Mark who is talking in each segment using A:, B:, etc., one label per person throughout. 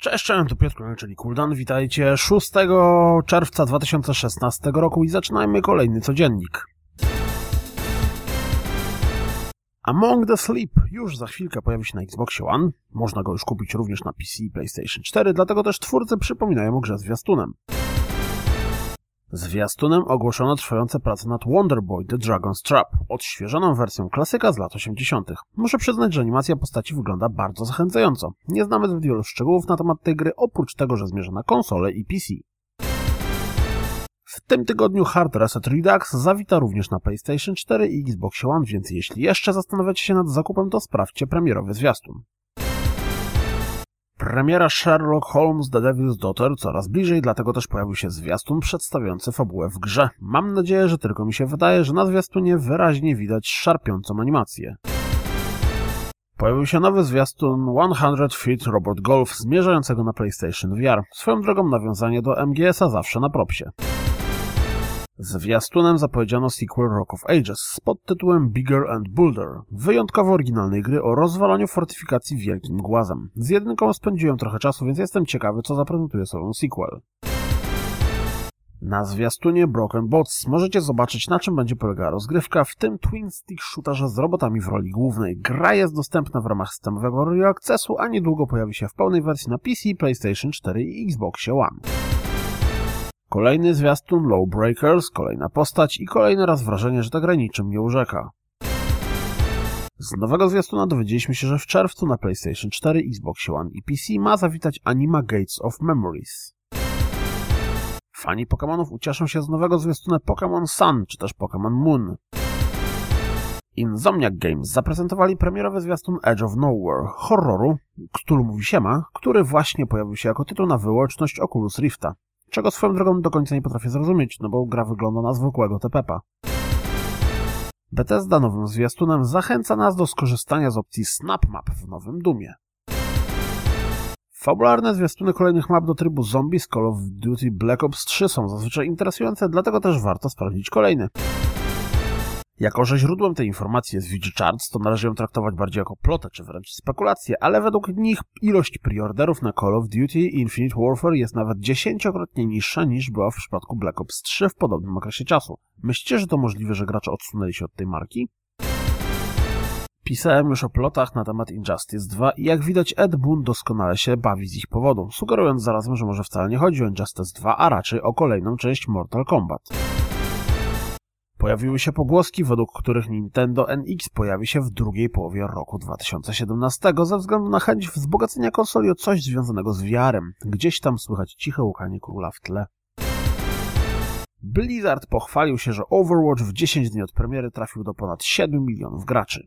A: Cześć, tu Piotr, czyli Kuldan. Witajcie 6 czerwca 2016 roku i zaczynajmy kolejny codziennik. Among the Sleep już za chwilkę pojawi się na Xboxie One. Można go już kupić również na PC i PlayStation 4, dlatego też twórcy przypominają o grze zwiastunem. Zwiastunem ogłoszono trwające prace nad Wonder Boy The Dragon's Trap, odświeżoną wersją klasyka z lat 80. Muszę przyznać, że animacja postaci wygląda bardzo zachęcająco. Nie znamy zbyt wielu szczegółów na temat tej gry, oprócz tego, że zmierza na konsole i PC. W tym tygodniu Hard Reset Redux zawita również na PlayStation 4 i Xbox One, więc jeśli jeszcze zastanawiacie się nad zakupem, to sprawdźcie premierowy zwiastun. Premiera Sherlock Holmes The Devil's Daughter coraz bliżej, dlatego też pojawił się zwiastun przedstawiający fabułę w grze. Mam nadzieję, że tylko mi się wydaje, że na zwiastunie wyraźnie widać szarpiącą animację. Pojawił się nowy zwiastun 100 Feet Robot Golf zmierzającego na PlayStation VR. Swoją drogą nawiązanie do MGS-a zawsze na propsie. Zwiastunem zapowiedziano sequel Rock of Ages z podtytułem Bigger and Bolder, wyjątkowo oryginalnej gry o rozwalaniu fortyfikacji wielkim głazem. Z jedynką spędziłem trochę czasu, więc jestem ciekawy, co zaprezentuje sobą sequel. Na zwiastunie Broken Bots możecie zobaczyć, na czym będzie polegała rozgrywka, w tym twin stick shooterze z robotami w roli głównej. Gra jest dostępna w ramach systemowego Early Accessu, a niedługo pojawi się w pełnej wersji na PC, PlayStation 4 i Xboxie One. Kolejny zwiastun Lawbreakers, kolejna postać i kolejny raz wrażenie, że ta gra niczym nie urzeka. Z nowego zwiastuna dowiedzieliśmy się, że w czerwcu na PlayStation 4, Xbox One i PC ma zawitać Anima Gates of Memories. Fani Pokemonów ucieszą się z nowego zwiastuna Pokémon Sun czy też Pokémon Moon. Insomniac Games zaprezentowali premierowy zwiastun Edge of Nowhere, horroru, Cthulhu mówi siema, który właśnie pojawił się jako tytuł na wyłączność Oculus Rifta. Czego swoją drogą do końca nie potrafię zrozumieć, no bo gra wygląda na zwykłego TPP. Bethesda nowym zwiastunem zachęca nas do skorzystania z opcji Snap Map w nowym Doomie. Fabularne zwiastuny kolejnych map do trybu zombie z Call of Duty Black Ops 3 są zazwyczaj interesujące, dlatego też warto sprawdzić kolejny. Jako że źródłem tej informacji jest VG Charts, to należy ją traktować bardziej jako plotę czy wręcz spekulację, ale według nich ilość preorderów na Call of Duty Infinite Warfare jest nawet 10-krotnie niższa niż była w przypadku Black Ops 3 w podobnym okresie czasu. Myślicie, że to możliwe, że gracze odsunęli się od tej marki? Pisałem już o plotach na temat Injustice 2 i jak widać Ed Boon doskonale się bawi z ich powodu, sugerując zarazem, że może wcale nie chodzi o Injustice 2, a raczej o kolejną część Mortal Kombat. Pojawiły się pogłoski, według których Nintendo NX pojawi się w drugiej połowie roku 2017 ze względu na chęć wzbogacenia konsoli o coś związanego z VR-em. Gdzieś tam słychać ciche łukanie króla w tle. Blizzard pochwalił się, że Overwatch w 10 dni od premiery trafił do ponad 7 milionów graczy.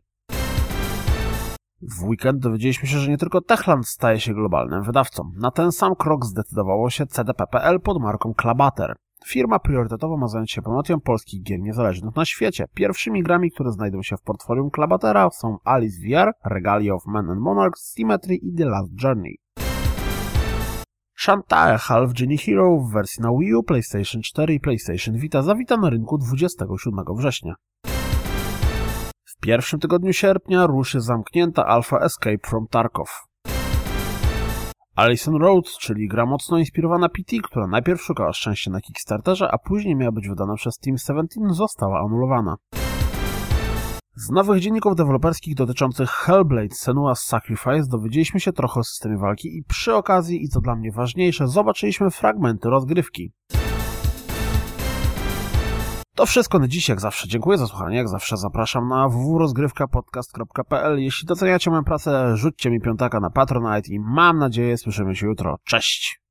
A: W weekend dowiedzieliśmy się, że nie tylko Techland staje się globalnym wydawcą. Na ten sam krok zdecydowało się CDP.pl pod marką Klabater. Firma priorytetowo ma zająć się promocją polskich gier niezależnych na świecie. Pierwszymi grami, które znajdą się w portfolium Klabatera są Alice VR, Regalia of Man and Monarchs, Symmetry i The Last Journey. Shantae Half Genie Hero w wersji na Wii U, PlayStation 4 i PlayStation Vita zawita na rynku 27 września. W pierwszym tygodniu sierpnia ruszy zamknięta alfa Escape from Tarkov. Allison Road, czyli gra mocno inspirowana PT, która najpierw szukała szczęścia na Kickstarterze, a później miała być wydana przez Team 17, została anulowana. Z nowych dzienników deweloperskich dotyczących Hellblade Senua's Sacrifice dowiedzieliśmy się trochę o systemie walki i przy okazji, i co dla mnie ważniejsze, zobaczyliśmy fragmenty rozgrywki. To wszystko na dziś, jak zawsze. Dziękuję za słuchanie, jak zawsze zapraszam na www.rozgrywkapodcast.pl. Jeśli doceniacie moją pracę, rzućcie mi piątaka na Patronite i mam nadzieję słyszymy się jutro. Cześć!